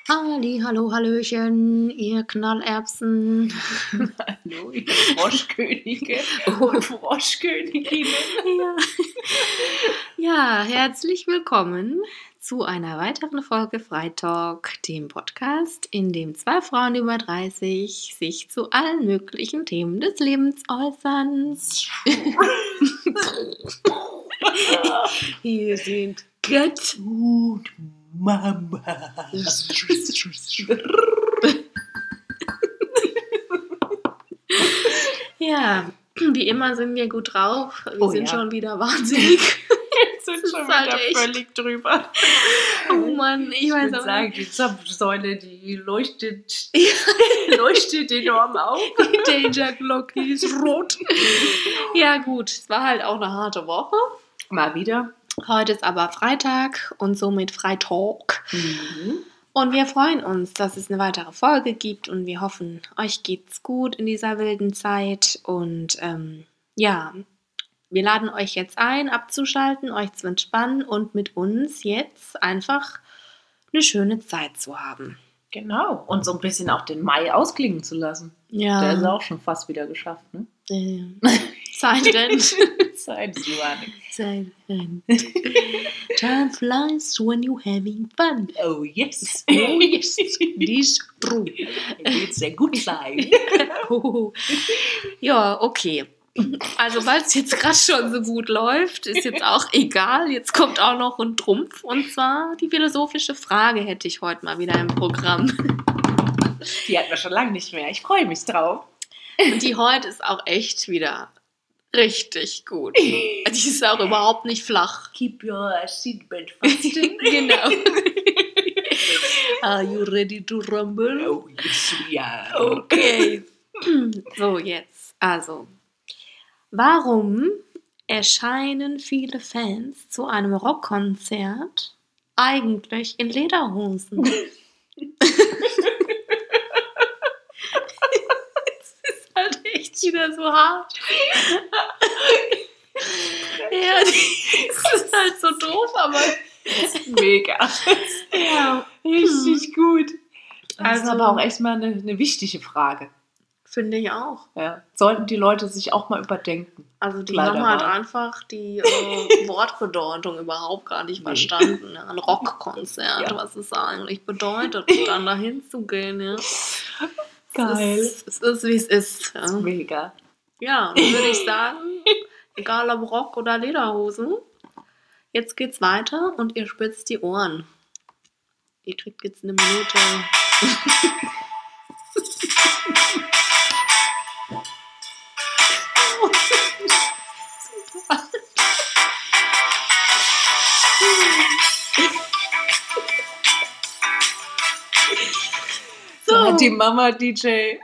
Hallo, Hallöchen, ihr Knallerbsen. Hallo, ihr Froschkönige Oh. und Froschköniginnen. Ja, herzlich willkommen zu einer weiteren Folge Freitalk, dem Podcast, in dem zwei Frauen über 30 sich zu allen möglichen Themen des Lebens äußern. Hier sind Kat Und Mama. Ja, wie immer sind wir gut drauf. Wir Oh sind ja. schon wieder wahnsinnig. sind Das schon ist halt wieder echt- völlig drüber. Oh Mann, ich weiß würde auch sagen, nicht. die Zapfsäule, die leuchtet enorm auf. Die Danger Glocke ist rot. Ja gut, es war halt auch eine harte Woche. Mal wieder. Heute ist aber Freitag und somit Freitalk. Und wir freuen uns, dass es eine weitere Folge gibt und wir hoffen, euch geht's gut in dieser wilden Zeit. Und ja, wir laden euch jetzt ein, abzuschalten, euch zu entspannen und mit uns jetzt einfach eine schöne Zeit zu haben. Genau. Und so ein bisschen auch den Mai ausklingen zu lassen. Ja, Der ist auch schon fast wieder geschafft, ne? Silent. Zeit ist Johannik. Silent. Time flies when you're having fun. Oh yes. Oh yes, this is true. Wird sehr gut sein. Oh. Ja, okay. Also, weil es jetzt gerade schon so gut läuft, ist jetzt auch egal. Jetzt kommt auch noch ein Trumpf. Und zwar die philosophische Frage hätte ich heute mal wieder im Programm. Die hatten wir schon lange nicht mehr. Ich freue mich drauf. Und die heute ist auch echt wieder richtig gut. Die ist auch überhaupt nicht flach. Keep your seatbelt fastened. Genau. Are you ready to rumble? Oh yes, we are. Okay. So, jetzt. Also, warum erscheinen viele Fans zu einem Rockkonzert eigentlich in Lederhosen? Das ist halt echt wieder so hart. Ja, das ist halt so doof, aber Mega. ja, Richtig gut. Das Also- ist aber auch echt mal eine wichtige Frage. finde ich auch. Ja. Sollten die Leute sich auch mal überdenken. Also die Leider haben halt wahr. einfach die Wortbedeutung überhaupt gar nicht verstanden. Ja. Ein Rockkonzert, Ja. was es eigentlich bedeutet, dann dahin zu gehen. Ja. Geil. Es ist, wie es ist. Ja, Mega. ja, dann würde ich sagen, egal ob Rock oder Lederhosen, jetzt geht's weiter und ihr spitzt die Ohren. Ihr kriegt jetzt eine Minute. So hat die Mama DJ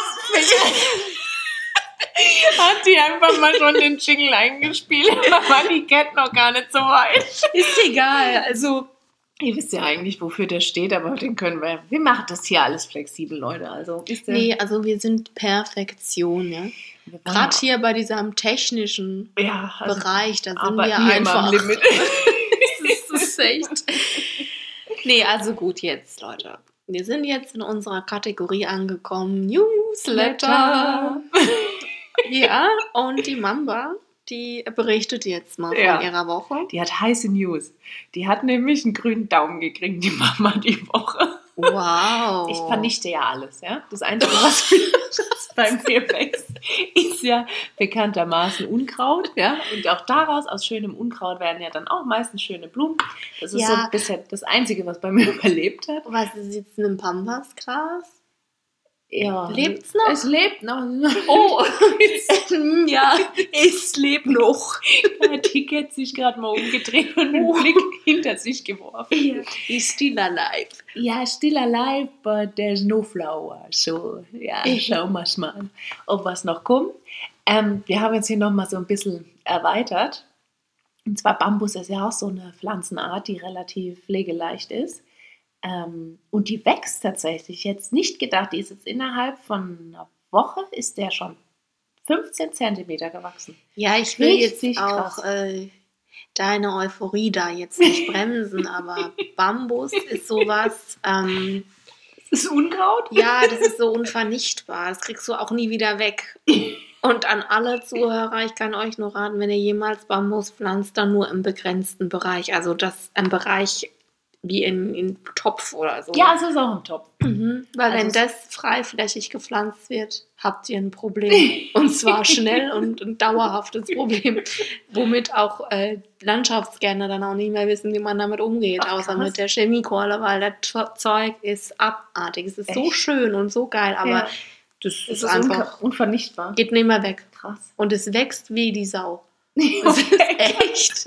hat die einfach mal schon den Jingle eingespielt. Da war die Cat noch gar nicht so weit. Ist egal, also Ihr wisst ja eigentlich, wofür der steht, aber den können wir machen das hier alles flexibel, Leute. Also ist der, nee, also wir sind Perfektion, ja. wir wollen Gerade hier bei diesem technischen ja, also Bereich, da sind arbeiten wir hier immer am einfach. Limit. Das ist echt. Nee, also gut jetzt, Leute. Wir sind jetzt in unserer Kategorie angekommen. Newsletter. Ja, und die Mamba, die berichtet jetzt mal von Ja. ihrer Woche. Die hat heiße News. Die hat nämlich einen grünen Daumen gekriegt, die Mama, die Woche. Wow. Ich vernichte ja alles, ja. Das Einzige, was bei mir wächst, ist ja bekanntermaßen Unkraut, ja. Und auch daraus, aus schönem Unkraut, werden ja dann auch meistens schöne Blumen. Das ist Ja. so bisher das Einzige, was bei mir überlebt hat. Was ist jetzt ein Pampasgras? Ja. Lebt's noch? Es lebt noch. Oh, ja, es lebt noch. Da hat die Cat sich gerade mal umgedreht und einen Blick hinter sich geworfen. Ist still alive. Ja, still alive, but there's no flower. So, ja, schauen wir mal, ob was noch kommt. Wir haben jetzt hier nochmal so ein bisschen erweitert. Und zwar Bambus ist ja auch so eine Pflanzenart, die relativ pflegeleicht ist. Und die wächst tatsächlich jetzt nicht gedacht. Die ist jetzt innerhalb von einer Woche, ist der schon 15 Zentimeter gewachsen. Ja, ich will jetzt Richtig auch krass. deine Euphorie da jetzt nicht bremsen, aber Bambus ist sowas. Das ist Unkraut? Ja, das ist so unvernichtbar. Das kriegst du auch nie wieder weg. Und an alle Zuhörer, ich kann euch nur raten, wenn ihr jemals Bambus pflanzt, dann nur im begrenzten Bereich. Also das im Bereich wie in Topf oder so. Ja, es ist auch im Topf. Weil wenn das freiflächig gepflanzt wird, habt ihr ein Problem. Und zwar schnell und ein dauerhaftes Problem. Womit auch Landschaftsgärtner dann auch nicht mehr wissen, wie man damit umgeht. Ach, außer krass. mit der Chemiekeule, weil das Zeug ist abartig. Es ist so Echt? schön und so geil, aber Ja. das Es ist ist einfach, unvernichtbar. geht nicht mehr weg. Krass. Und es wächst wie die Sau. Das ist echt.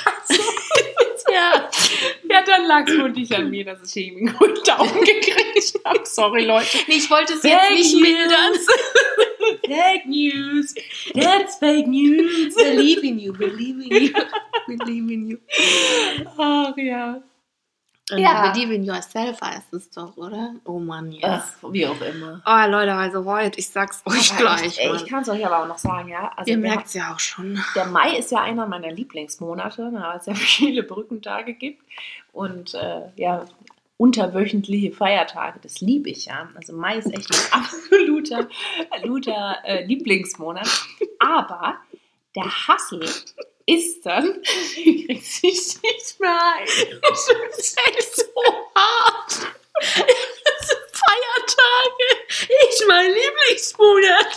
Ja. Ja, dann lag es wohl nicht an mir, dass ich irgendwie einen guten Daumen gekriegt habe. Sorry, Leute. Nee, ich wollte es jetzt nicht mildern. Fake News. That's Fake News. Believe in you, believe in you, believe in you. Ach ja. Und Ja. Believe in yourself heißt es doch, oder? Oh Mann, jetzt. Ach, wie auch immer. Oh Leute, also heute, ich sag's euch gleich. Ey, Mann. ich kann es euch aber auch noch sagen, ja. Also Ihr merkt es ja auch schon. der Mai ist ja einer meiner Lieblingsmonate, weil es ja viele Brückentage gibt und ja, unterwöchentliche Feiertage. Das liebe ich ja. Also Mai ist echt ein absoluter Lieblingsmonat. Aber der Hassel ist dann, ich krieg's nicht mehr ein. Das ist echt so hart. Das sind Feiertage. Ich mein Lieblingsmonat.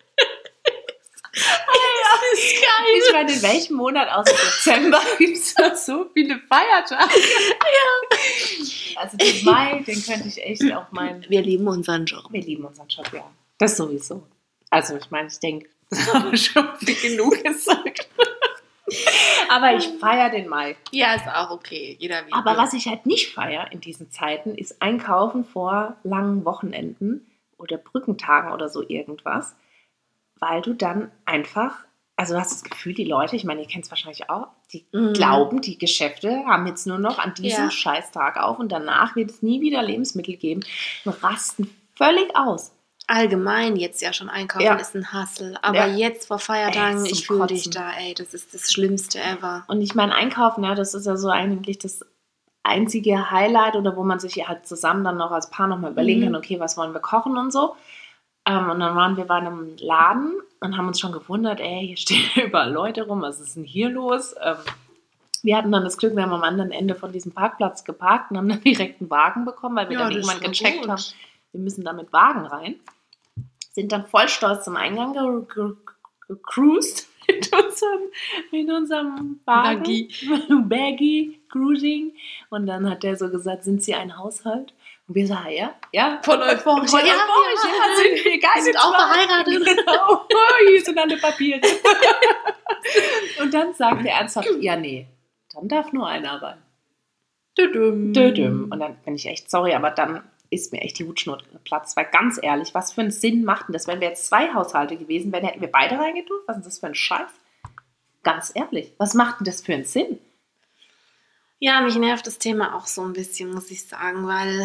Das ist Ich geil. meine, in welchem Monat außer Dezember gibt es da so viele Feiertage? Ja. Also den Mai, den könnte ich echt auf meinen... Wir lieben unseren Job. Wir lieben unseren Job, ja. Das sowieso. Also ich meine, ich denke, das haben wir schon viel genug gesagt. Aber ich feiere den Mai. Ja, ist auch okay. Jeder wie Aber will. was ich halt nicht feiere in diesen Zeiten, ist Einkaufen vor langen Wochenenden oder Brückentagen oder so irgendwas, weil du dann einfach, also du hast das Gefühl, die Leute, ich meine, ihr kennt es wahrscheinlich auch, die glauben, die Geschäfte haben jetzt nur noch an diesem Scheißtag auf und danach wird es nie wieder Lebensmittel geben und rasten völlig aus. Allgemein jetzt ja schon einkaufen Ja. ist ein Hassel. Aber jetzt vor Feiertagen, Ey, zum ich fühle dich Kotzen. da, ey, das ist das Schlimmste ever. Und ich meine, Einkaufen, ja, das ist ja so eigentlich das einzige Highlight oder wo man sich halt zusammen dann noch als Paar nochmal überlegen kann, okay, was wollen wir kochen und so. Und dann waren wir bei einem Laden und haben uns schon gewundert, ey, hier stehen überall Leute rum, was ist denn hier los? Wir hatten dann das Glück, wir haben am anderen Ende von diesem Parkplatz geparkt und haben dann direkt einen Wagen bekommen, weil wir dann irgendwann gecheckt haben, wir müssen da mit Wagen rein. Sind dann voll stolz zum Eingang gecruised mit unserem Wagen. Baggy Cruising. Und dann hat der so gesagt, sind Sie ein Haushalt? Und wir sagen, ja. Voll euphorisch. Voll euphorisch, ja. Sind wir geil. Sind auch verheiratet. Genau. Hier sind alle Papiere. Und dann sagt er ernsthaft, ja, nee, dann darf nur einer rein. Dödüm. Und dann bin ich echt sorry, aber dann ist mir echt die Hutschnur geplatzt. Weil ganz ehrlich, was für einen Sinn macht denn das? Wenn wir jetzt 2 Haushalte gewesen wären, hätten wir beide reingetun? Was ist das für ein Scheiß? Ganz ehrlich, was macht denn das für einen Sinn? Ja, mich nervt das Thema auch so ein bisschen, muss ich sagen, weil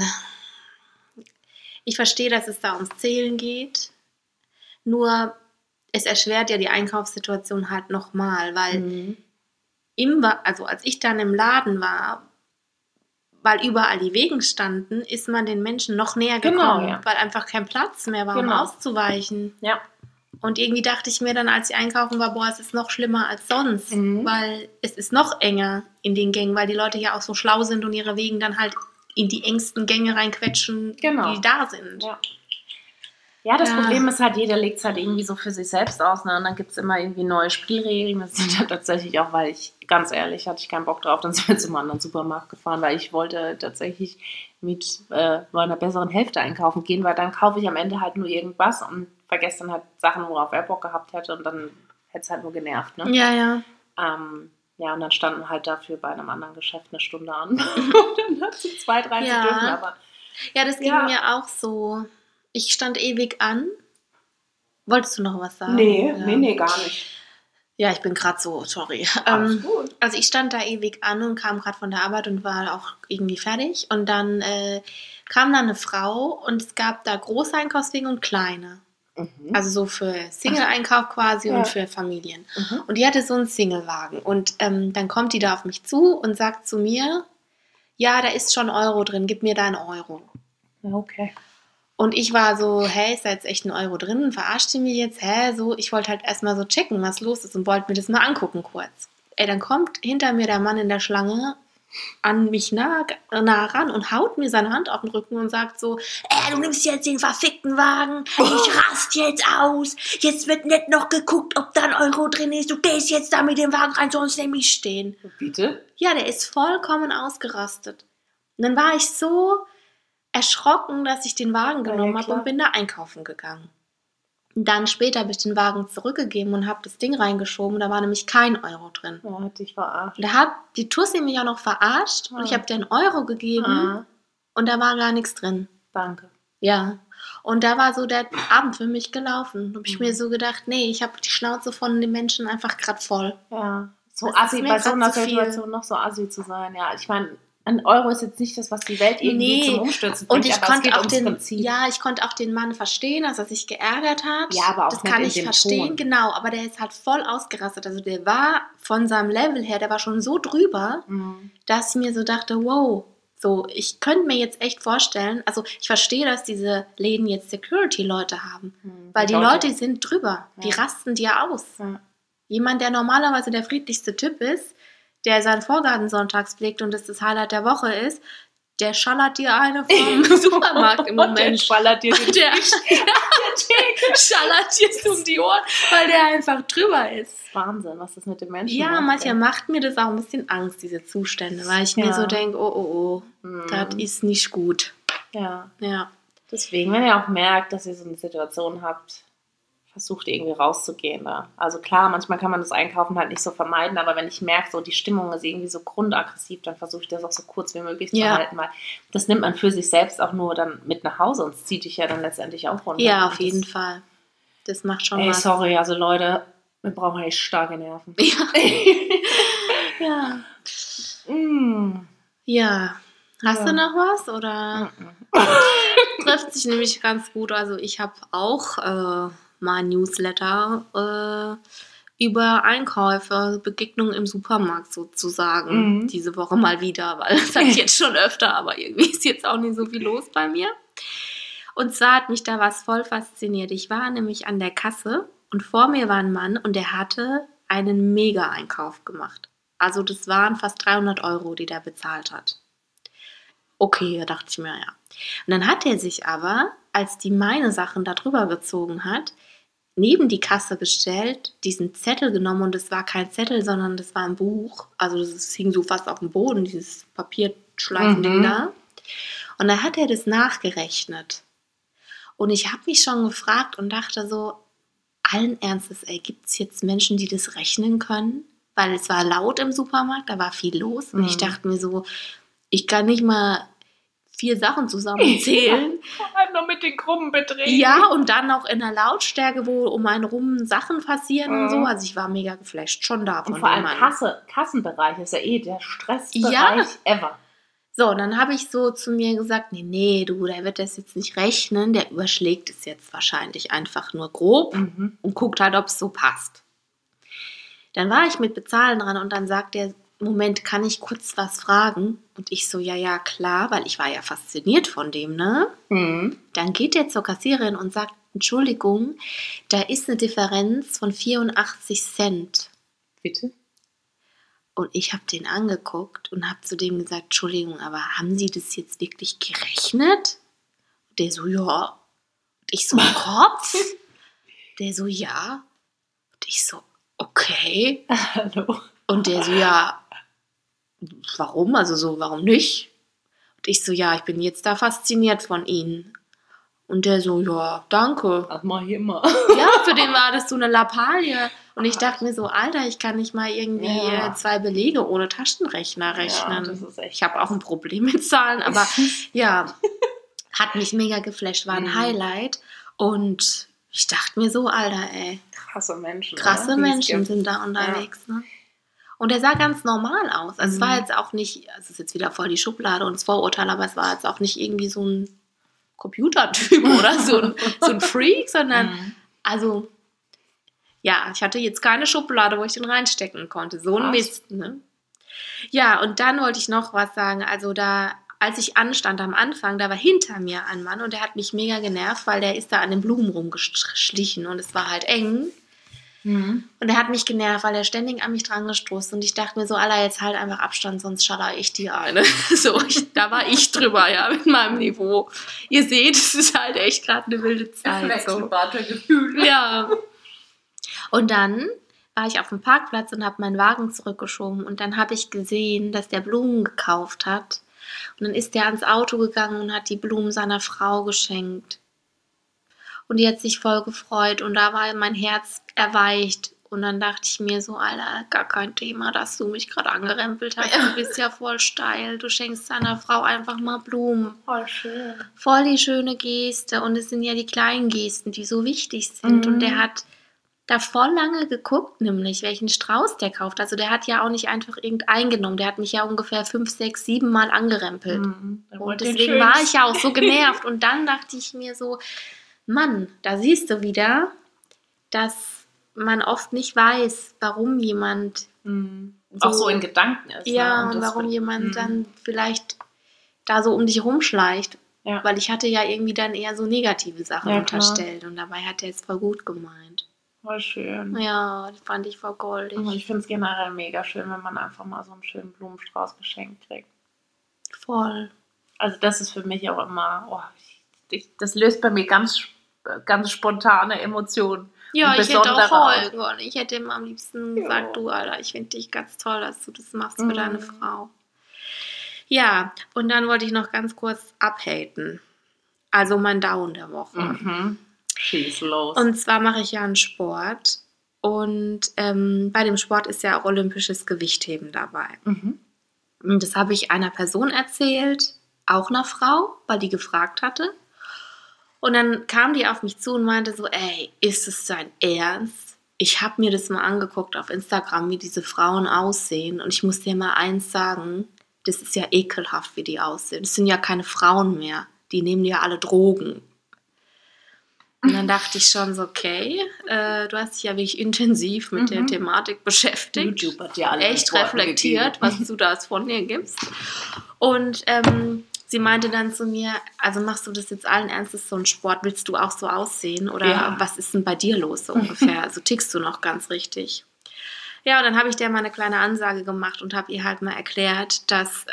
ich verstehe, dass es da ums Zählen geht. Nur es erschwert ja die Einkaufssituation halt nochmal, weil also als ich dann im Laden war, weil überall die Wegen standen, ist man den Menschen noch näher gekommen, weil einfach kein Platz mehr war, um auszuweichen. Ja. Und irgendwie dachte ich mir dann, als ich einkaufen war, boah, es ist noch schlimmer als sonst, weil es ist noch enger in den Gängen, weil die Leute ja auch so schlau sind und ihre Wegen dann halt in die engsten Gänge reinquetschen, die da sind. Ja, das Problem ist halt, jeder legt es halt irgendwie so für sich selbst aus, ne? Und dann gibt es immer irgendwie neue Spielregeln. Das sind dann tatsächlich auch, weil ich, ganz ehrlich, hatte ich keinen Bock drauf, dann sind wir zum anderen Supermarkt gefahren, weil ich wollte tatsächlich mit meiner besseren Hälfte einkaufen gehen, weil dann kaufe ich am Ende halt nur irgendwas und vergesse dann halt Sachen, worauf er Bock gehabt hätte und dann hätte es halt nur genervt, ne? Ja. Ja, und dann standen wir halt dafür bei einem anderen Geschäft eine Stunde an. Und dann hat sie 2, 3 zu dürfen, aber... Ja, das ging mir auch so. Ich stand ewig an. Wolltest du noch was sagen? Nee, gar nicht. Ja, ich bin gerade so, sorry. Alles gut. Also ich stand da ewig an und kam gerade von der Arbeit und war auch irgendwie fertig. Und dann kam da eine Frau und es gab da große Einkaufswegen und kleine. Also so für Single-Einkauf quasi und für Familien. Und die hatte so einen Single-Wagen. Und dann kommt die da auf mich zu und sagt zu mir, ja, da ist schon Euro drin, gib mir da einen Euro. Okay. Und ich war so, hey, ist da jetzt echt ein Euro drin? Verarscht die mich jetzt? So, ich wollte halt erstmal so checken, was los ist und wollte mir das mal angucken kurz. Dann kommt hinter mir der Mann in der Schlange an mich nah ran und haut mir seine Hand auf den Rücken und sagt so, du nimmst jetzt den verfickten Wagen, ich rast jetzt aus, jetzt wird nicht noch geguckt, ob da ein Euro drin ist, du gehst jetzt da mit dem Wagen rein, sonst nehme ich stehen. Bitte? Ja, der ist vollkommen ausgerastet. Und dann war ich so erschrocken, dass ich den Wagen genommen habe und bin da einkaufen gegangen. Und dann später habe ich den Wagen zurückgegeben und habe das Ding reingeschoben. Da war nämlich kein Euro drin. Ja, hat dich verarscht. Da hat die Tussi mich auch noch verarscht und ich habe dir einen Euro gegeben und da war gar nichts drin. Danke. Ja. Und da war so der Abend für mich gelaufen. Da habe ich mir so gedacht, nee, ich habe die Schnauze von den Menschen einfach gerade voll. Ja. So assi, bei so einer Situation noch so assi zu sein. Ja, ich meine, ein Euro ist jetzt nicht das, was die Welt irgendwie zum Umstürzen bringt, und ich konnte auch ich konnte auch den Mann verstehen, dass er sich geärgert hat. Ja, aber auch das kann ich verstehen, Ton. Genau, aber der ist halt voll ausgerastet. Also der war von seinem Level her, der war schon so drüber, dass ich mir so dachte, wow, so, ich könnte mir jetzt echt vorstellen, also ich verstehe, dass diese Läden jetzt Security-Leute haben, weil die Leute sind drüber, die rasten dir aus. Ja. Jemand, der normalerweise der friedlichste Typ ist, der seinen Vorgarten sonntags pflegt und das Highlight der Woche ist, der schallert dir eine vom Supermarkt im Moment. Der schallert dir den schallert dir um die Ohren, weil der einfach drüber ist. Wahnsinn, was das mit den Menschen macht. Ja, manchmal macht mir das auch ein bisschen Angst, diese Zustände, weil ich mir so denke, oh, das ist nicht gut. Ja. Deswegen, wenn ihr auch merkt, dass ihr so eine Situation habt, versucht irgendwie rauszugehen da. Also klar, manchmal kann man das Einkaufen halt nicht so vermeiden, aber wenn ich merke, so die Stimmung ist irgendwie so grundaggressiv, dann versuche ich das auch so kurz wie möglich zu halten, weil das nimmt man für sich selbst auch nur dann mit nach Hause und es zieht dich ja dann letztendlich auch runter. Ja, auf jeden Fall. Das macht schon was. Sorry, also Leute, wir brauchen echt starke Nerven. Ja. Ja. Hast du noch was, oder? Trifft sich nämlich ganz gut. Also ich habe auch mein Newsletter über Einkäufe, Begegnungen im Supermarkt sozusagen. Diese Woche mal wieder, weil das hatte ich jetzt schon öfter, aber irgendwie ist jetzt auch nicht so viel los bei mir. Und zwar hat mich da was voll fasziniert. Ich war nämlich an der Kasse und vor mir war ein Mann und der hatte einen Mega-Einkauf gemacht. Also das waren fast 300 Euro, die der bezahlt hat. Okay, da dachte ich mir, ja. Und dann hat er sich aber, als die meine Sachen da drüber gezogen hat, neben die Kasse gestellt, diesen Zettel genommen und es war kein Zettel, sondern das war ein Buch. Also das hing so fast auf dem Boden, dieses Papierschleifending da. Und dann hat er das nachgerechnet. Und ich habe mich schon gefragt und dachte so, allen Ernstes, gibt es jetzt Menschen, die das rechnen können? Weil es war laut im Supermarkt, da war viel los. Und ich dachte mir so, ich kann nicht mal 4 Sachen zusammenzählen. Vor allem noch mit den krummen Beträgen. Ja, und dann noch in der Lautstärke, wo um einen rum Sachen passieren und so. Also ich war mega geflasht, schon davon. Und vor allem Kassenbereich ist ja der Stressbereich ever. So, und dann habe ich so zu mir gesagt, nee, du, der wird das jetzt nicht rechnen, der überschlägt es jetzt wahrscheinlich einfach nur grob und guckt halt, ob es so passt. Dann war ich mit Bezahlen dran und dann sagt er, Moment, kann ich kurz was fragen? Und ich so, ja, klar, weil ich war ja fasziniert von dem, ne? Dann geht er zur Kassiererin und sagt, Entschuldigung, da ist eine Differenz von 84 Cent. Bitte? Und ich habe den angeguckt und habe zu dem gesagt, Entschuldigung, aber haben Sie das jetzt wirklich gerechnet? Und der so, ja. Und ich so, Kopf? Der so, ja. Und ich so, okay. Hallo. Und der so, ja, warum? Also so, warum nicht? Und ich so, ja, ich bin jetzt da fasziniert von Ihnen. Und der so, ja, danke. Ach, mal hier mal. Ja, für den war das so eine Lappalie. Und ich dachte mir so, Alter, ich kann nicht mal irgendwie 2 Belege ohne Taschenrechner rechnen. Ja, das ist echt ich habe auch ein Problem mit Zahlen, aber ja, hat mich mega geflasht, war ein Highlight. Und ich dachte mir so, Alter, krasse Menschen. Krasse Menschen sind da unterwegs, ne? Und der sah ganz normal aus. Also es war jetzt auch nicht, es ist jetzt wieder voll die Schublade und das Vorurteil, aber es war jetzt auch nicht irgendwie so ein Computertyp oder so ein Freak, sondern also ja, ich hatte jetzt keine Schublade, wo ich den reinstecken konnte. So ein Mist, ne? Ja, und dann wollte ich noch was sagen. Also da, als ich anstand am Anfang, da war hinter mir ein Mann und der hat mich mega genervt, weil der ist da an den Blumen rumgeschlichen und es war halt eng. Und er hat mich genervt, weil er ständig an mich dran gestoßen und ich dachte mir so, Alter, jetzt halt einfach Abstand, sonst schaller ich dir eine. So, da war ich drüber, ja, mit meinem Niveau. Ihr seht, es ist halt echt gerade eine wilde Zeit. Wechselbare Gefühle. Ja. Und dann war ich auf dem Parkplatz und habe meinen Wagen zurückgeschoben und dann habe ich gesehen, dass der Blumen gekauft hat und dann ist der ans Auto gegangen und hat die Blumen seiner Frau geschenkt und die hat sich voll gefreut und da war mein Herz erweicht und dann dachte ich mir so, Alter, gar kein Thema, dass du mich gerade angerempelt hast, du bist ja voll steil, du schenkst deiner Frau einfach mal Blumen. Voll schön. Voll die schöne Geste und es sind ja die kleinen Gesten, die so wichtig sind und der hat da voll lange geguckt, nämlich welchen Strauß der kauft. Also der hat ja auch nicht einfach irgendeinen genommen. Der hat mich ja ungefähr 5, 6, 7 Mal angerempelt. Und deswegen war ich ja auch so genervt. Und dann dachte ich mir so, Mann, da siehst du wieder, dass man oft nicht weiß, warum jemand auch so in Gedanken ist. Ja, und warum jemand dann vielleicht da so um dich rumschleicht. Ja. Weil ich hatte ja irgendwie dann eher so negative Sachen unterstellt. Klar. Und dabei hat er es voll gut gemeint. Voll schön. Ja, das fand ich voll goldig. Ich finde es generell mega schön, wenn man einfach mal so einen schönen Blumenstrauß geschenkt kriegt. Voll. Also das ist für mich auch immer, das löst bei mir ganz, ganz spontane Emotionen. Ja, ich hätte auch heulen wollen. Ich hätte ihm am liebsten gesagt, du Alter, ich finde dich ganz toll, dass du das machst für deine Frau. Ja, und dann wollte ich noch ganz kurz abhaten. Also mein Down der Woche. Schieß los. Und zwar mache ich ja einen Sport und bei dem Sport ist ja auch olympisches Gewichtheben dabei. Und das habe ich einer Person erzählt, auch einer Frau, weil die gefragt hatte. Und dann kam die auf mich zu und meinte so, ey, ist es dein Ernst? Ich habe mir das mal angeguckt auf Instagram, wie diese Frauen aussehen und ich muss dir mal eins sagen, das ist ja ekelhaft, wie die aussehen. Das sind ja keine Frauen mehr, die nehmen ja alle Drogen. Und dann dachte ich schon so, okay, du hast dich ja wirklich intensiv mit der Thematik beschäftigt. YouTube hat ja alle echt reflektiert, was du da von dir gibst. Und sie meinte dann zu mir, also machst du das jetzt allen Ernstes so einen Sport, willst du auch so aussehen? Oder was ist denn bei dir los so ungefähr? Also tickst du noch ganz richtig? Ja, und dann habe ich der mal eine kleine Ansage gemacht und habe ihr halt mal erklärt, dass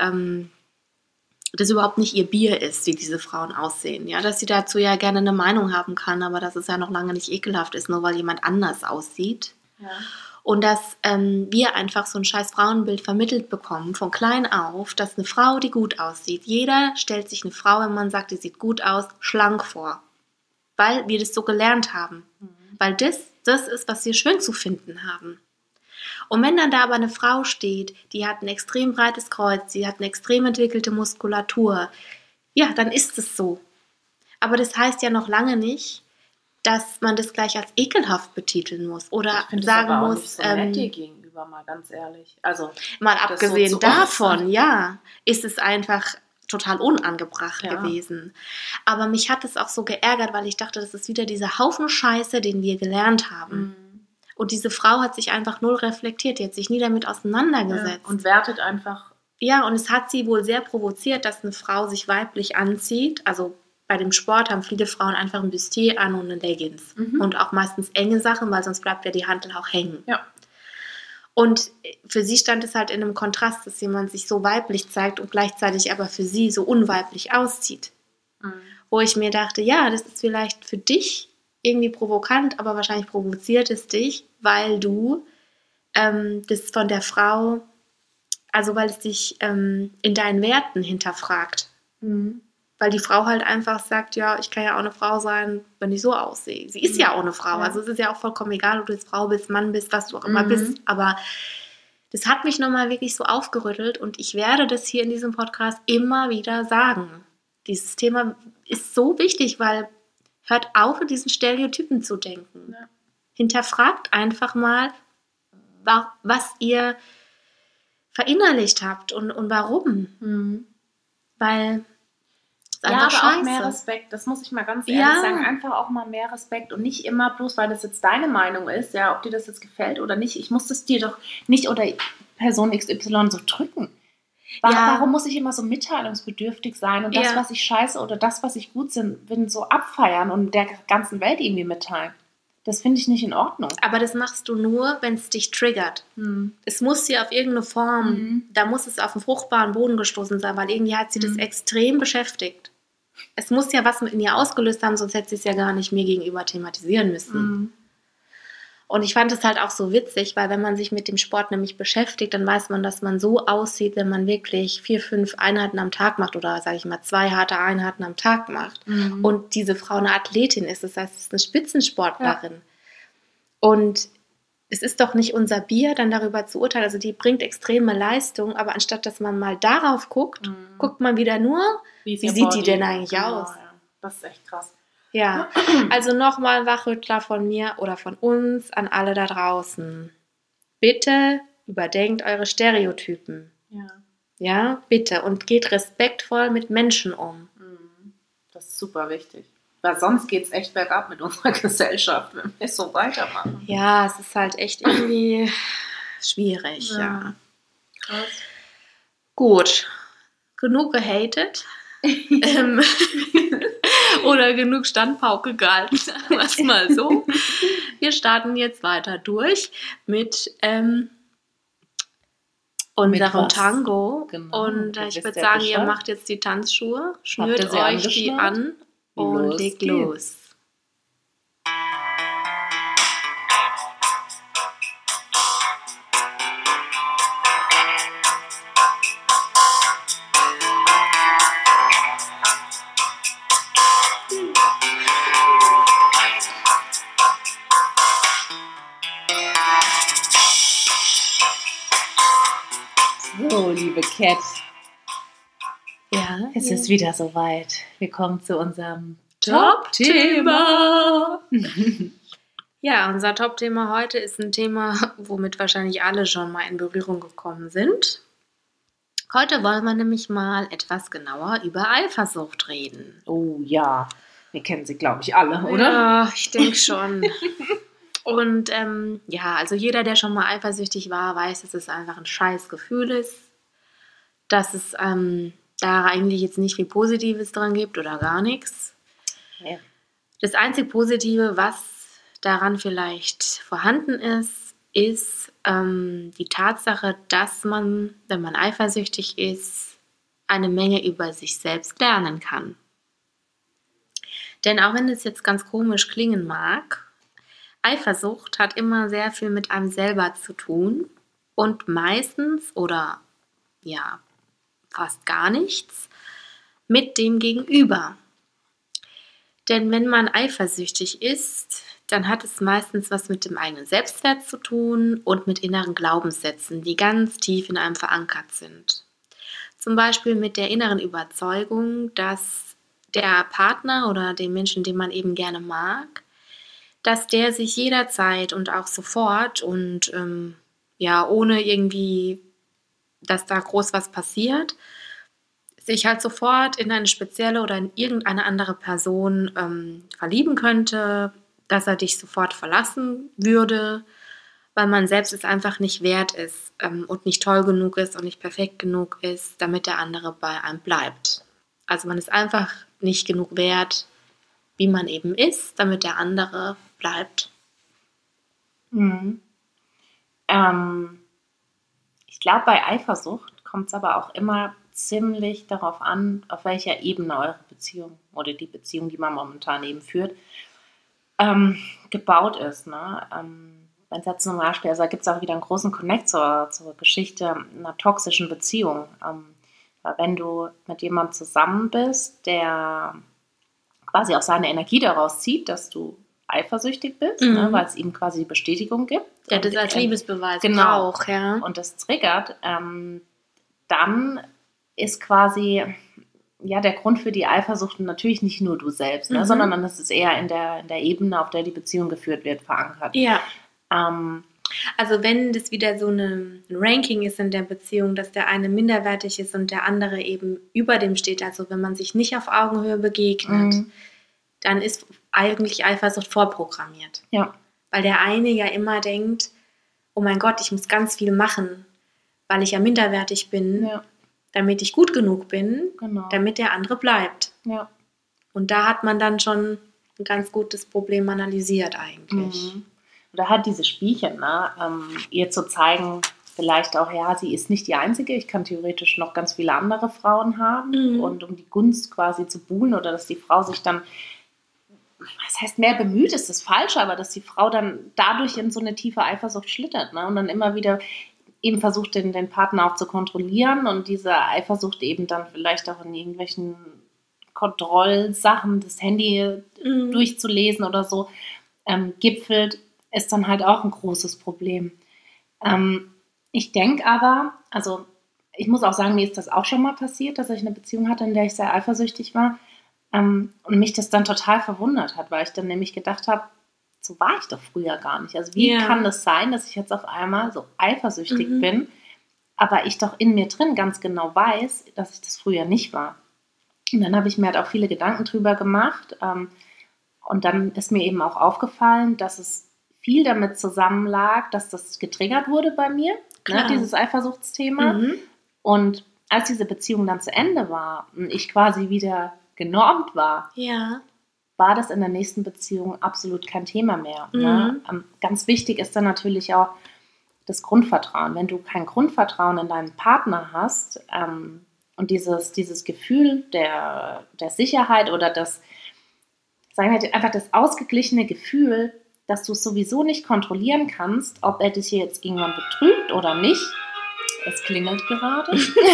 das überhaupt nicht ihr Bier ist, wie diese Frauen aussehen. Ja, dass sie dazu ja gerne eine Meinung haben kann, aber dass es ja noch lange nicht ekelhaft ist, nur weil jemand anders aussieht. Ja. Und dass wir einfach so ein scheiß Frauenbild vermittelt bekommen, von klein auf, dass eine Frau, die gut aussieht, jeder stellt sich eine Frau, wenn man sagt, die sieht gut aus, schlank vor. Weil wir das so gelernt haben. Weil das ist, was wir schön zu finden haben. Und wenn dann da aber eine Frau steht, die hat ein extrem breites Kreuz, die hat eine extrem entwickelte Muskulatur, ja, dann ist es so. Aber das heißt ja noch lange nicht, dass man das gleich als ekelhaft betiteln muss oder sagen aber muss. Nicht so nett dir gegenüber, mal ganz ehrlich. Also mal abgesehen so davon, ja, ist es einfach total unangebracht gewesen. Aber mich hat es auch so geärgert, weil ich dachte, das ist wieder dieser Haufen Scheiße, den wir gelernt haben. Und diese Frau hat sich einfach null reflektiert, die hat sich nie damit auseinandergesetzt. Und wertet einfach. Ja, und es hat sie wohl sehr provoziert, dass eine Frau sich weiblich anzieht. Also bei dem Sport haben viele Frauen einfach ein Bustier an und eine Leggings. Und auch meistens enge Sachen, weil sonst bleibt ja die Hantel auch hängen. Ja. Und für sie stand es halt in einem Kontrast, dass jemand sich so weiblich zeigt und gleichzeitig aber für sie so unweiblich auszieht. Wo ich mir dachte, ja, das ist vielleicht für dich irgendwie provokant, aber wahrscheinlich provoziert es dich, weil du das von der Frau, also weil es dich in deinen Werten hinterfragt. Weil die Frau halt einfach sagt, ja, ich kann ja auch eine Frau sein, wenn ich so aussehe. Sie ist ja auch eine Frau, also es ist ja auch vollkommen egal, ob du jetzt Frau bist, Mann bist, was du auch immer bist, aber das hat mich nochmal wirklich so aufgerüttelt und ich werde das hier in diesem Podcast immer wieder sagen. Dieses Thema ist so wichtig, weil hört auf, in diesen Stereotypen zu denken. Ja. Hinterfragt einfach mal, was ihr verinnerlicht habt und warum. Weil ist einfach aber scheiße. auch mehr Respekt, das muss ich mal ganz ehrlich sagen, einfach auch mal mehr Respekt und nicht immer bloß, weil das jetzt deine Meinung ist, ja, ob dir das jetzt gefällt oder nicht, ich muss das dir doch nicht oder Person XY so drücken. Warum muss ich immer so mitteilungsbedürftig sein und das, was ich scheiße oder das, was ich gut bin, so abfeiern und der ganzen Welt irgendwie mitteilen? Das finde ich nicht in Ordnung. Aber das machst du nur, wenn es dich triggert. Es muss sie auf irgendeine Form, da muss es auf einen fruchtbaren Boden gestoßen sein, weil irgendwie hat sie das extrem beschäftigt. Es muss ja was in ihr ausgelöst haben, sonst hätte sie es ja gar nicht mir gegenüber thematisieren müssen. Und ich fand es halt auch so witzig, weil wenn man sich mit dem Sport nämlich beschäftigt, dann weiß man, dass man so aussieht, wenn man wirklich 4, 5 Einheiten am Tag macht oder, sage ich mal, 2 harte Einheiten am Tag macht. Und diese Frau eine Athletin ist, das heißt, es ist eine Spitzensportlerin. Ja. Und es ist doch nicht unser Bier, dann darüber zu urteilen. Also die bringt extreme Leistung, aber anstatt, dass man mal darauf guckt, guckt man wieder nur, wie sieht die denn eigentlich aus? Ja. Das ist echt krass. Ja, also nochmal ein Wachrüttler von mir oder von uns an alle da draußen. Bitte überdenkt eure Stereotypen. Ja, bitte. Und geht respektvoll mit Menschen um. Das ist super wichtig. Weil sonst geht es echt bergab mit unserer Gesellschaft, wenn wir so weitermachen. Ja, es ist halt echt irgendwie schwierig, ja. Krass. Gut, genug gehatet. Oder genug Standpauke gehalten, sagen wir es mal so. Wir starten jetzt weiter durch mit unserem Tango. Genau. Und ich würde sagen, ihr macht jetzt die Tanzschuhe, schnürt euch die an und legt los. So, liebe Cat. Ja, es ist wieder soweit. Wir kommen zu unserem Top-Thema. Ja, unser Top-Thema heute ist ein Thema, womit wahrscheinlich alle schon mal in Berührung gekommen sind. Heute wollen wir nämlich mal etwas genauer über Eifersucht reden. Oh ja, wir kennen sie, glaube ich, alle, oder? Ja, ich denke schon. Und also jeder, der schon mal eifersüchtig war, weiß, dass es einfach ein scheiß Gefühl ist, dass es da eigentlich jetzt nicht viel Positives dran gibt oder gar nichts. Ja. Das einzig Positive, was daran vielleicht vorhanden ist, ist die Tatsache, dass man, wenn man eifersüchtig ist, eine Menge über sich selbst lernen kann. Denn auch wenn es jetzt ganz komisch klingen mag, Eifersucht hat immer sehr viel mit einem selber zu tun und meistens oder ja fast gar nichts mit dem Gegenüber. Denn wenn man eifersüchtig ist, dann hat es meistens was mit dem eigenen Selbstwert zu tun und mit inneren Glaubenssätzen, die ganz tief in einem verankert sind. Zum Beispiel mit der inneren Überzeugung, dass der Partner oder den Menschen, den man eben gerne mag, dass der sich jederzeit und auch sofort und ohne irgendwie, dass da groß was passiert, sich halt sofort in eine spezielle oder in irgendeine andere Person verlieben könnte, dass er dich sofort verlassen würde, weil man selbst es einfach nicht wert ist und nicht toll genug ist und nicht perfekt genug ist, damit der andere bei einem bleibt. Also man ist einfach nicht genug wert, wie man eben ist, damit der andere bleibt. Ich glaube, bei Eifersucht kommt es aber auch immer ziemlich darauf an, auf welcher Ebene eure Beziehung oder die Beziehung, die man momentan eben führt, gebaut ist. Ne? Wenn es jetzt zum Beispiel, also da gibt es auch wieder einen großen Connect zur Geschichte einer toxischen Beziehung. Weil wenn du mit jemandem zusammen bist, der quasi auch seine Energie daraus zieht, dass du eifersüchtig bist, ne, weil es ihm quasi Bestätigung gibt. Ja, das als Liebesbeweis auch, ja. Und das triggert, dann ist quasi der Grund für die Eifersucht natürlich nicht nur du selbst, ne, sondern dann ist es eher in der Ebene, auf der die Beziehung geführt wird, verankert. Ja. Also wenn das wieder so ein Ranking ist in der Beziehung, dass der eine minderwertig ist und der andere eben über dem steht, also wenn man sich nicht auf Augenhöhe begegnet, dann ist eigentlich Eifersucht vorprogrammiert. Ja. Weil der eine ja immer denkt, oh mein Gott, ich muss ganz viel machen, weil ich ja minderwertig bin, damit ich gut genug bin, damit der andere bleibt. Ja. Und da hat man dann schon ein ganz gutes Problem analysiert eigentlich. Und da hat diese Spielchen, ne, ihr zu zeigen, vielleicht auch, ja, sie ist nicht die Einzige, ich kann theoretisch noch ganz viele andere Frauen haben und um die Gunst quasi zu buhlen oder dass die Frau sich dann, was heißt mehr bemüht, ist das falsch, aber dass die Frau dann dadurch in so eine tiefe Eifersucht schlittert, ne, und dann immer wieder eben versucht, den Partner auch zu kontrollieren und diese Eifersucht eben dann vielleicht auch in irgendwelchen Kontrollsachen, das Handy durchzulesen oder so, gipfelt, ist dann halt auch ein großes Problem. Ich denke aber, also ich muss auch sagen, mir ist das auch schon mal passiert, dass ich eine Beziehung hatte, in der ich sehr eifersüchtig war und mich das dann total verwundert hat, weil ich dann nämlich gedacht habe, so war ich doch früher gar nicht. Also wie kann das sein, dass ich jetzt auf einmal so eifersüchtig bin, aber ich doch in mir drin ganz genau weiß, dass ich das früher nicht war. Und dann habe ich mir halt auch viele Gedanken drüber gemacht und dann ist mir eben auch aufgefallen, dass es viel damit zusammenlag, dass das getriggert wurde bei mir, ne, dieses Eifersuchtsthema. Und als diese Beziehung dann zu Ende war und ich quasi wieder genormt war, war das in der nächsten Beziehung absolut kein Thema mehr. Ne? Ganz wichtig ist dann natürlich auch das Grundvertrauen. Wenn du kein Grundvertrauen in deinen Partner hast und dieses Gefühl der Sicherheit oder das, sagen wir einfach das ausgeglichene Gefühl, dass du es sowieso nicht kontrollieren kannst, ob er dich hier jetzt irgendwann betrügt oder nicht. Es klingelt gerade.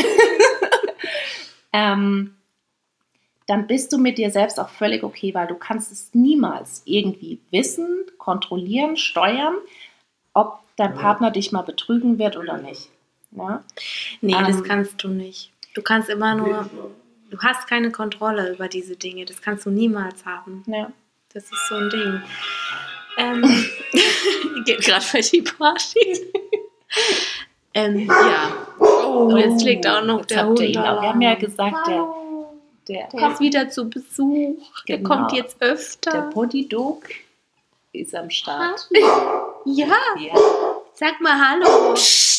Dann bist du mit dir selbst auch völlig okay, weil du kannst es niemals irgendwie wissen, kontrollieren, steuern, ob dein Partner dich mal betrügen wird oder nicht. Ja? Nee, das kannst du nicht. Du kannst immer nur, du hast keine Kontrolle über diese Dinge. Das kannst du niemals haben. Ja. Das ist so ein Ding. Geht gerade für die Party. Und jetzt schlägt auch noch der Hund. Wir haben ja gesagt, der ist wieder zu Besuch. Der kommt jetzt öfter. Der Bodydog ist am Start. Ja. Sag mal Hallo.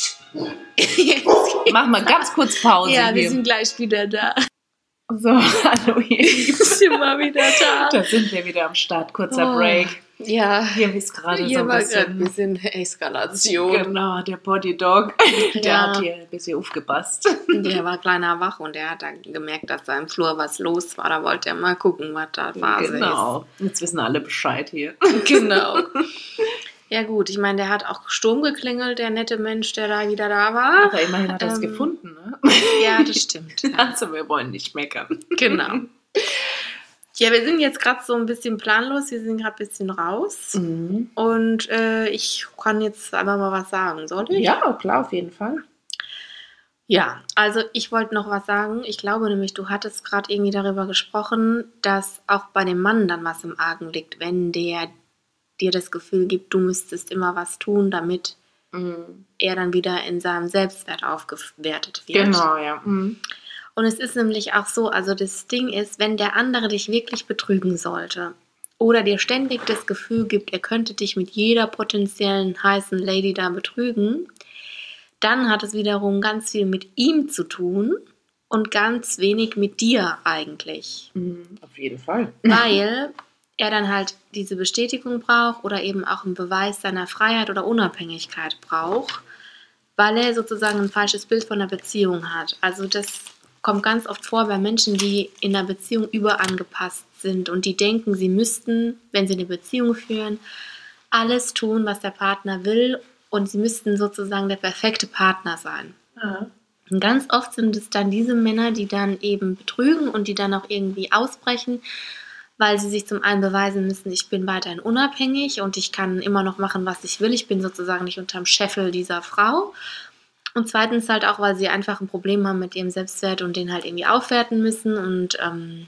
Mach mal ganz kurz Pause. Ja, wir sind gleich wieder da. So, hallo ihr Lieben. Sind wir wieder da. Da sind wir wieder am Start. Kurzer Break. Ja. Hier ist gerade so ein bisschen Eskalation. Genau, der Bodydog, der hat hier ein bisschen aufgepasst. Der war kleiner wach und der hat dann gemerkt, dass da im Flur was los war. Da wollte er mal gucken, was da Phase ist. Genau, jetzt wissen alle Bescheid hier. Genau. Ja gut, ich meine, der hat auch Sturm geklingelt, der nette Mensch, der da wieder da war. Aber immerhin hat er es gefunden, ne? Ja, das stimmt. Ja. Also wir wollen nicht meckern. Genau. Ja, wir sind jetzt gerade so ein bisschen planlos, wir sind gerade ein bisschen raus. Und ich kann jetzt einfach mal was sagen, soll ich? Ja, klar, auf jeden Fall. Ja, also ich wollte noch was sagen. Ich glaube nämlich, du hattest gerade irgendwie darüber gesprochen, dass auch bei dem Mann dann was im Argen liegt, wenn der dir das Gefühl gibt, du müsstest immer was tun, damit er dann wieder in seinem Selbstwert aufgewertet wird. Genau, ja. Und es ist nämlich auch so, also das Ding ist, wenn der andere dich wirklich betrügen sollte oder dir ständig das Gefühl gibt, er könnte dich mit jeder potenziellen heißen Lady da betrügen, dann hat es wiederum ganz viel mit ihm zu tun und ganz wenig mit dir eigentlich. Auf jeden Fall. Weil er dann halt diese Bestätigung braucht oder eben auch einen Beweis seiner Freiheit oder Unabhängigkeit braucht, weil er sozusagen ein falsches Bild von der Beziehung hat. Also das kommt ganz oft vor bei Menschen, die in einer Beziehung überangepasst sind und die denken, sie müssten, wenn sie eine Beziehung führen, alles tun, was der Partner will und sie müssten sozusagen der perfekte Partner sein. Ja. Und ganz oft sind es dann diese Männer, die dann eben betrügen und die dann auch irgendwie ausbrechen, weil sie sich zum einen beweisen müssen, ich bin weiterhin unabhängig und ich kann immer noch machen, was ich will. Ich bin sozusagen nicht unterm Scheffel dieser Frau. Und zweitens halt auch, weil sie einfach ein Problem haben mit ihrem Selbstwert und den halt irgendwie aufwerten müssen und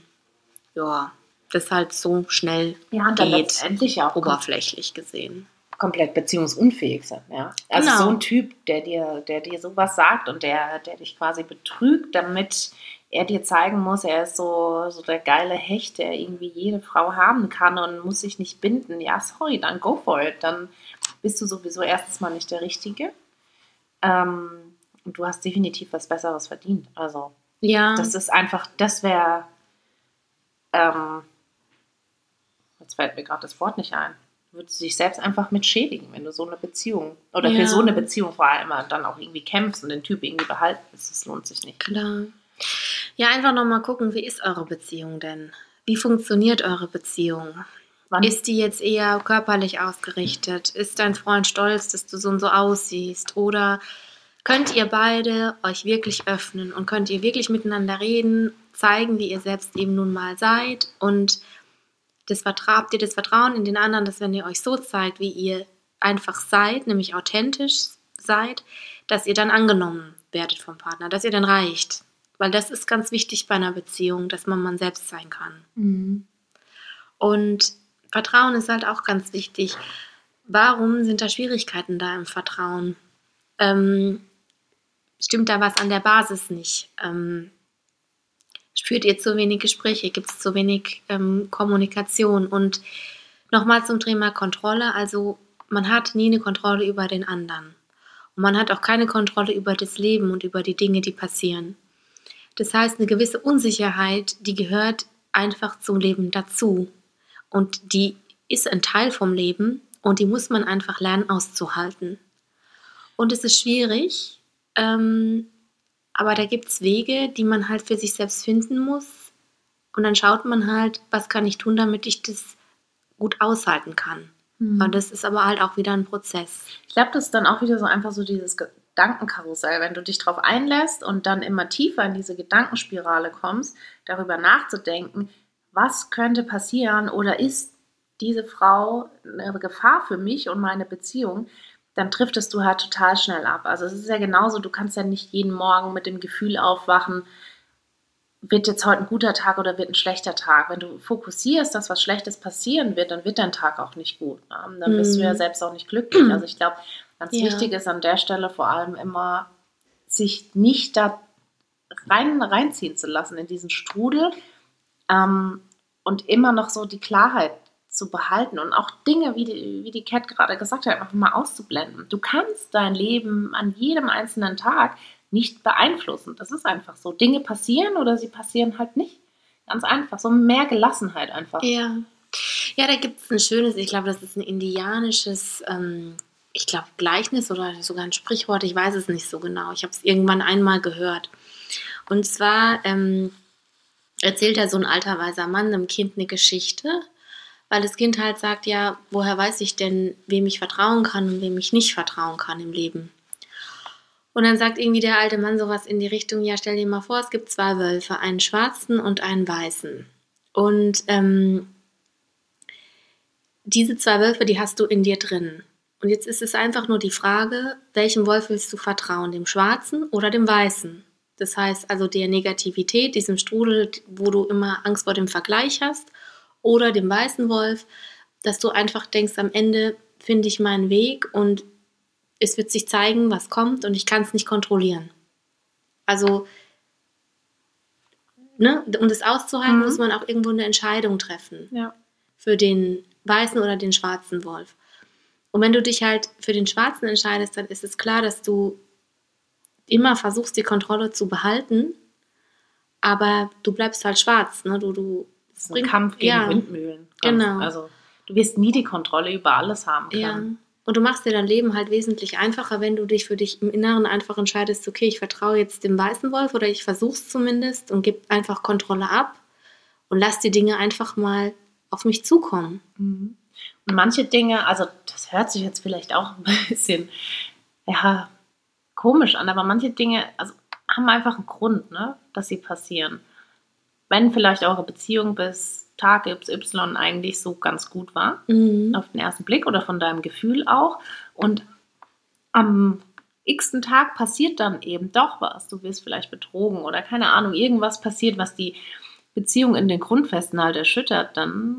das halt so schnell ja, und dann geht, letztendlich auch oberflächlich gesehen. komplett beziehungsunfähig sind. Ja? Also Genau. so ein Typ, der dir sowas sagt und der dich quasi betrügt, damit er dir zeigen muss, er ist so der geile Hecht, der irgendwie jede Frau haben kann und muss sich nicht binden. Ja, sorry, dann go for it. Dann bist du sowieso erstens mal nicht der Richtige. Und du hast definitiv was Besseres verdient. Also Ja. das ist einfach, das wäre, jetzt fällt mir gerade das Wort nicht ein. Du würdest dich selbst einfach mit schädigen, wenn du so eine Beziehung oder für so eine Beziehung vor allem dann auch irgendwie kämpfst und den Typ irgendwie behalten willst. Das lohnt sich nicht. Klar. Ja, einfach nochmal gucken, wie ist eure Beziehung denn? Wie funktioniert eure Beziehung? Wann? Ist die jetzt eher körperlich ausgerichtet? Ist dein Freund stolz, dass du so und so aussiehst? Oder könnt ihr beide euch wirklich öffnen und könnt ihr wirklich miteinander reden, zeigen, wie ihr selbst eben nun mal seid und habt ihr das Vertrauen in den anderen, dass wenn ihr euch so zeigt, wie ihr einfach seid, nämlich authentisch seid, dass ihr dann angenommen werdet vom Partner, dass ihr dann reicht. Weil das ist ganz wichtig bei einer Beziehung, dass man selbst sein kann. Mhm. Und Vertrauen ist halt auch ganz wichtig. Warum sind da Schwierigkeiten da im Vertrauen? Stimmt da was an der Basis nicht? Führt ihr zu wenig Gespräche? Gibt es zu wenig Kommunikation? Und nochmal zum Thema Kontrolle. Also man hat nie eine Kontrolle über den anderen. Und man hat auch keine Kontrolle über das Leben und über die Dinge, die passieren. Das heißt, eine gewisse Unsicherheit, die gehört einfach zum Leben dazu. Und die ist ein Teil vom Leben und die muss man einfach lernen auszuhalten. Und es ist schwierig, aber da gibt es Wege, die man halt für sich selbst finden muss. Und dann schaut man halt, was kann ich tun, damit ich das gut aushalten kann. Und das ist aber halt auch wieder ein Prozess. Ich glaube, das ist dann auch wieder so einfach so dieses Gedankenkarussell, wenn du dich darauf einlässt und dann immer tiefer in diese Gedankenspirale kommst, darüber nachzudenken, was könnte passieren oder ist diese Frau eine Gefahr für mich und meine Beziehung, dann driftest du halt total schnell ab. Also es ist ja genauso, du kannst ja nicht jeden Morgen mit dem Gefühl aufwachen, wird jetzt heute ein guter Tag oder wird ein schlechter Tag. Wenn du fokussierst, dass was Schlechtes passieren wird, dann wird dein Tag auch nicht gut. Ne? Dann bist du ja selbst auch nicht glücklich. Also ich glaube, ganz wichtig ist an der Stelle vor allem immer, sich nicht da reinziehen zu lassen in diesen Strudel und immer noch so die Klarheit zu behalten und auch Dinge, wie die Kat gerade gesagt hat, einfach mal auszublenden. Du kannst dein Leben an jedem einzelnen Tag nicht beeinflussen. Das ist einfach so. Dinge passieren oder sie passieren halt nicht. Ganz einfach. So mehr Gelassenheit einfach. Ja, da gibt es ein schönes, ich glaube, das ist ein indianisches, Gleichnis oder sogar ein Sprichwort, ich weiß es nicht so genau. Ich habe es irgendwann einmal gehört. Und zwar erzählt so ein alter weiser Mann einem Kind eine Geschichte, weil das Kind halt sagt, ja, woher weiß ich denn, wem ich vertrauen kann und wem ich nicht vertrauen kann im Leben? Und dann sagt irgendwie der alte Mann sowas in die Richtung, ja, stell dir mal vor, es gibt 2 Wölfe, einen schwarzen und einen weißen. Und diese 2 Wölfe, die hast du in dir drin. Und jetzt ist es einfach nur die Frage, welchem Wolf willst du vertrauen, dem schwarzen oder dem weißen? Das heißt also der Negativität, diesem Strudel, wo du immer Angst vor dem Vergleich hast, oder dem weißen Wolf, dass du einfach denkst, am Ende finde ich meinen Weg und es wird sich zeigen, was kommt und ich kann es nicht kontrollieren. Also, ne, um das auszuhalten, muss man auch irgendwo eine Entscheidung treffen. Ja. Für den weißen oder den schwarzen Wolf. Und wenn du dich halt für den schwarzen entscheidest, dann ist es klar, dass du immer versuchst, die Kontrolle zu behalten, aber du bleibst halt schwarz. Ne? Das ist ein Kampf gegen Windmühlen. Genau. Also du wirst nie die Kontrolle über alles haben können. Ja. Und du machst dir dein Leben halt wesentlich einfacher, wenn du dich für dich im Inneren einfach entscheidest, okay, ich vertraue jetzt dem weißen Wolf oder ich versuche es zumindest und gebe einfach Kontrolle ab und lass die Dinge einfach mal auf mich zukommen. Und manche Dinge, also das hört sich jetzt vielleicht auch ein bisschen komisch an, aber manche Dinge haben einfach einen Grund, ne, dass sie passieren. Wenn vielleicht eure Beziehung bis Tag XY eigentlich so ganz gut war, auf den ersten Blick oder von deinem Gefühl auch, und am x-ten Tag passiert dann eben doch was. Du wirst vielleicht betrogen oder keine Ahnung, irgendwas passiert, was die Beziehung in den Grundfesten halt erschüttert, dann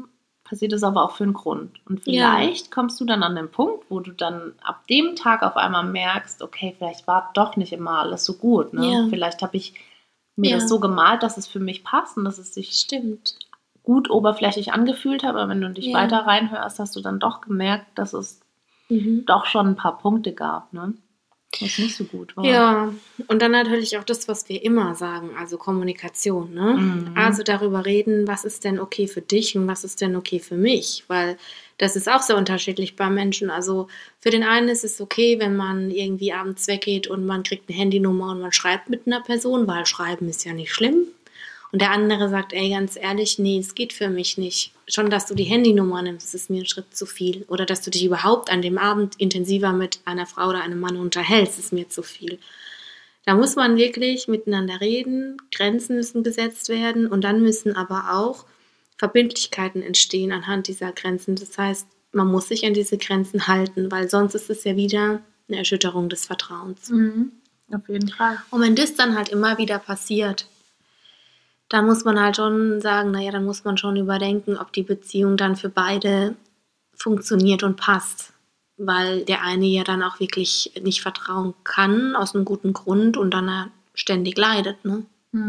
passiert es aber auch für einen Grund. Und vielleicht kommst du dann an den Punkt, wo du dann ab dem Tag auf einmal merkst, okay, vielleicht war doch nicht immer alles so gut. Ne? Ja. Vielleicht habe ich mir das so gemalt, dass es für mich passt und dass es sich gut oberflächlich angefühlt hat. Aber wenn du dich weiter reinhörst, hast du dann doch gemerkt, dass es doch schon ein paar Punkte gab, ne? Was nicht so gut war. Ja, und dann natürlich auch das, was wir immer sagen, also Kommunikation, ne? Also darüber reden, was ist denn okay für dich und was ist denn okay für mich, weil das ist auch sehr unterschiedlich bei Menschen. Also für den einen ist es okay, wenn man irgendwie abends weggeht und man kriegt eine Handynummer und man schreibt mit einer Person, weil Schreiben ist ja nicht schlimm. Und der andere sagt, ey, ganz ehrlich, nee, es geht für mich nicht. Schon, dass du die Handynummer nimmst, ist mir ein Schritt zu viel. Oder dass du dich überhaupt an dem Abend intensiver mit einer Frau oder einem Mann unterhältst, ist mir zu viel. Da muss man wirklich miteinander reden, Grenzen müssen gesetzt werden und dann müssen aber auch Verbindlichkeiten entstehen anhand dieser Grenzen. Das heißt, man muss sich an diese Grenzen halten, weil sonst ist es ja wieder eine Erschütterung des Vertrauens. Auf jeden Fall. Und wenn das dann halt immer wieder passiert, da muss man halt schon sagen, naja, dann muss man schon überdenken, ob die Beziehung dann für beide funktioniert und passt. Weil der eine ja dann auch wirklich nicht vertrauen kann, aus einem guten Grund und dann ständig leidet, ne?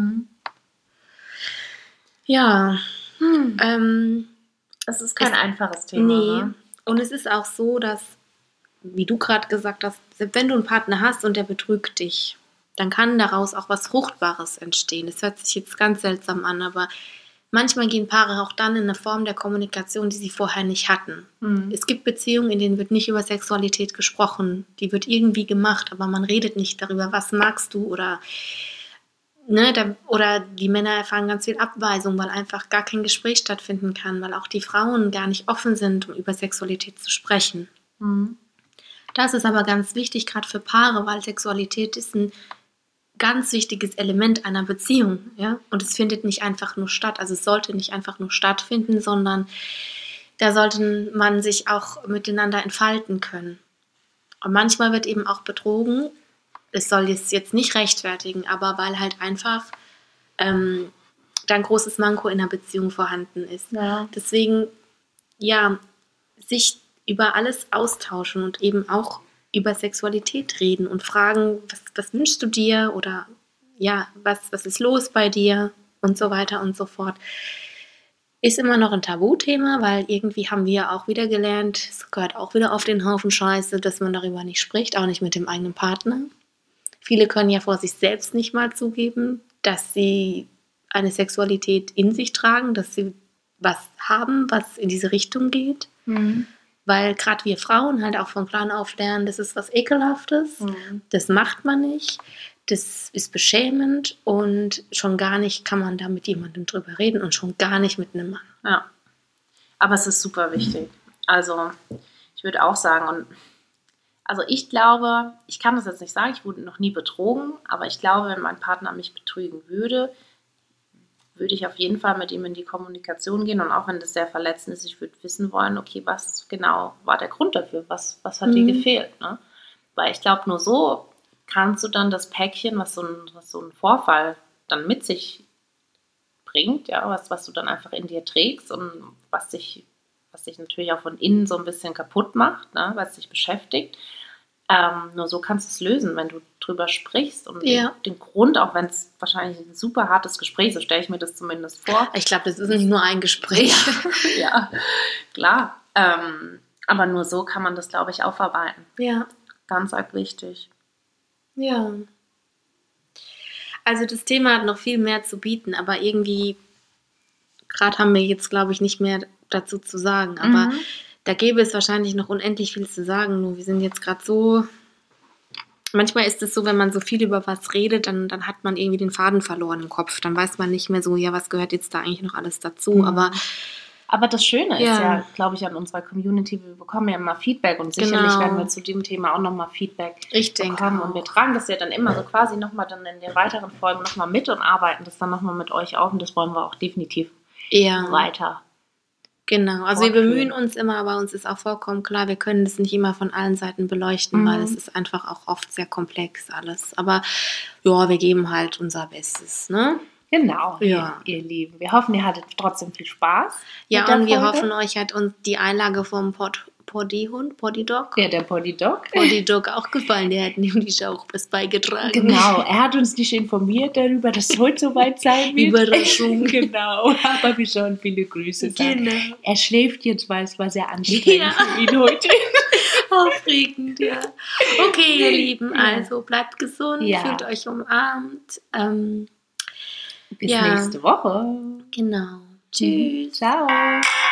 Ja. Es ist kein einfaches Thema. Nee. Ne? Und es ist auch so, dass, wie du gerade gesagt hast, wenn du einen Partner hast und der betrügt dich, dann kann daraus auch was Fruchtbares entstehen. Das hört sich jetzt ganz seltsam an, aber manchmal gehen Paare auch dann in eine Form der Kommunikation, die sie vorher nicht hatten. Es gibt Beziehungen, in denen wird nicht über Sexualität gesprochen. Die wird irgendwie gemacht, aber man redet nicht darüber, was magst du oder oder die Männer erfahren ganz viel Abweisung, weil einfach gar kein Gespräch stattfinden kann, weil auch die Frauen gar nicht offen sind, um über Sexualität zu sprechen. Das ist aber ganz wichtig, gerade für Paare, weil Sexualität ist ein ganz wichtiges Element einer Beziehung, ja, und es findet nicht einfach nur statt, also es sollte nicht einfach nur stattfinden, sondern da sollte man sich auch miteinander entfalten können. Und manchmal wird eben auch betrogen, es soll es jetzt nicht rechtfertigen, aber weil halt einfach da ein großes Manko in der Beziehung vorhanden ist. Ja. Deswegen, ja, sich über alles austauschen und eben auch über Sexualität reden und fragen, was wünschst du dir oder ja, was ist los bei dir und so weiter und so fort. Ist immer noch ein Tabuthema, weil irgendwie haben wir auch wieder gelernt, es gehört auch wieder auf den Haufen Scheiße, dass man darüber nicht spricht, auch nicht mit dem eigenen Partner. Viele können ja vor sich selbst nicht mal zugeben, dass sie eine Sexualität in sich tragen, dass sie was haben, was in diese Richtung geht. Weil gerade wir Frauen halt auch von klein auf lernen, das ist was Ekelhaftes, das macht man nicht, das ist beschämend und schon gar nicht kann man da mit jemandem drüber reden und schon gar nicht mit einem Mann. Ja, aber es ist super wichtig. Also ich würde auch sagen, also ich glaube, ich kann das jetzt nicht sagen, ich wurde noch nie betrogen, aber ich glaube, wenn mein Partner mich betrügen würde ich auf jeden Fall mit ihm in die Kommunikation gehen und auch wenn das sehr verletzend ist, ich würde wissen wollen, okay, was genau war der Grund dafür? Was hat dir gefehlt? Ne? Weil ich glaube, nur so kannst du dann das Päckchen, was so ein Vorfall dann mit sich bringt, ja, was du dann einfach in dir trägst und was dich natürlich auch von innen so ein bisschen kaputt macht, ne, was dich beschäftigt. Nur so kannst du es lösen, wenn du drüber sprichst und den Grund, auch wenn es wahrscheinlich ein super hartes Gespräch ist, so stelle ich mir das zumindest vor. Ich glaube, das ist nicht nur ein Gespräch. Ja, klar. Aber nur so kann man das, glaube ich, aufarbeiten. Ja. Ganz arg wichtig. Ja. Also das Thema hat noch viel mehr zu bieten, aber irgendwie, gerade haben wir jetzt, glaube ich, nicht mehr dazu zu sagen, aber da gäbe es wahrscheinlich noch unendlich viel zu sagen, nur wir sind jetzt gerade so, manchmal ist es so, wenn man so viel über was redet, dann hat man irgendwie den Faden verloren im Kopf, dann weiß man nicht mehr so, ja, was gehört jetzt da eigentlich noch alles dazu, aber das Schöne ist ja, glaube ich, an unserer Community, wir bekommen ja immer Feedback und sicherlich werden wir zu dem Thema auch nochmal Feedback bekommen. Und wir tragen das ja dann immer so quasi nochmal dann in den weiteren Folgen nochmal mit und arbeiten das dann nochmal mit euch auf und das wollen wir auch definitiv weiter. Genau, also wir bemühen uns immer, aber uns ist auch vollkommen klar, wir können das nicht immer von allen Seiten beleuchten, weil es ist einfach auch oft sehr komplex alles. Aber ja, wir geben halt unser Bestes, ne? Genau, Ja. ihr Lieben. Wir hoffen, ihr hattet trotzdem viel Spaß. Ja, mit der und wir Folge. hoffen, euch hat uns die Einlage vom Poddydog Ja, der Podidog. auch gefallen. Der hat nämlich auch was beigetragen. Genau, er hat uns nicht informiert darüber, dass es heute soweit sein wird. Überraschung. Genau, aber wir sollen viele Grüße sagen. Genau. Er schläft jetzt, weil es war sehr anstrengend für ihn heute. Aufregend, ja. Okay, ihr Lieben, Ja. also bleibt gesund, Ja. fühlt euch umarmt. Bis Ja. nächste Woche. Genau. Tschüss. Ciao.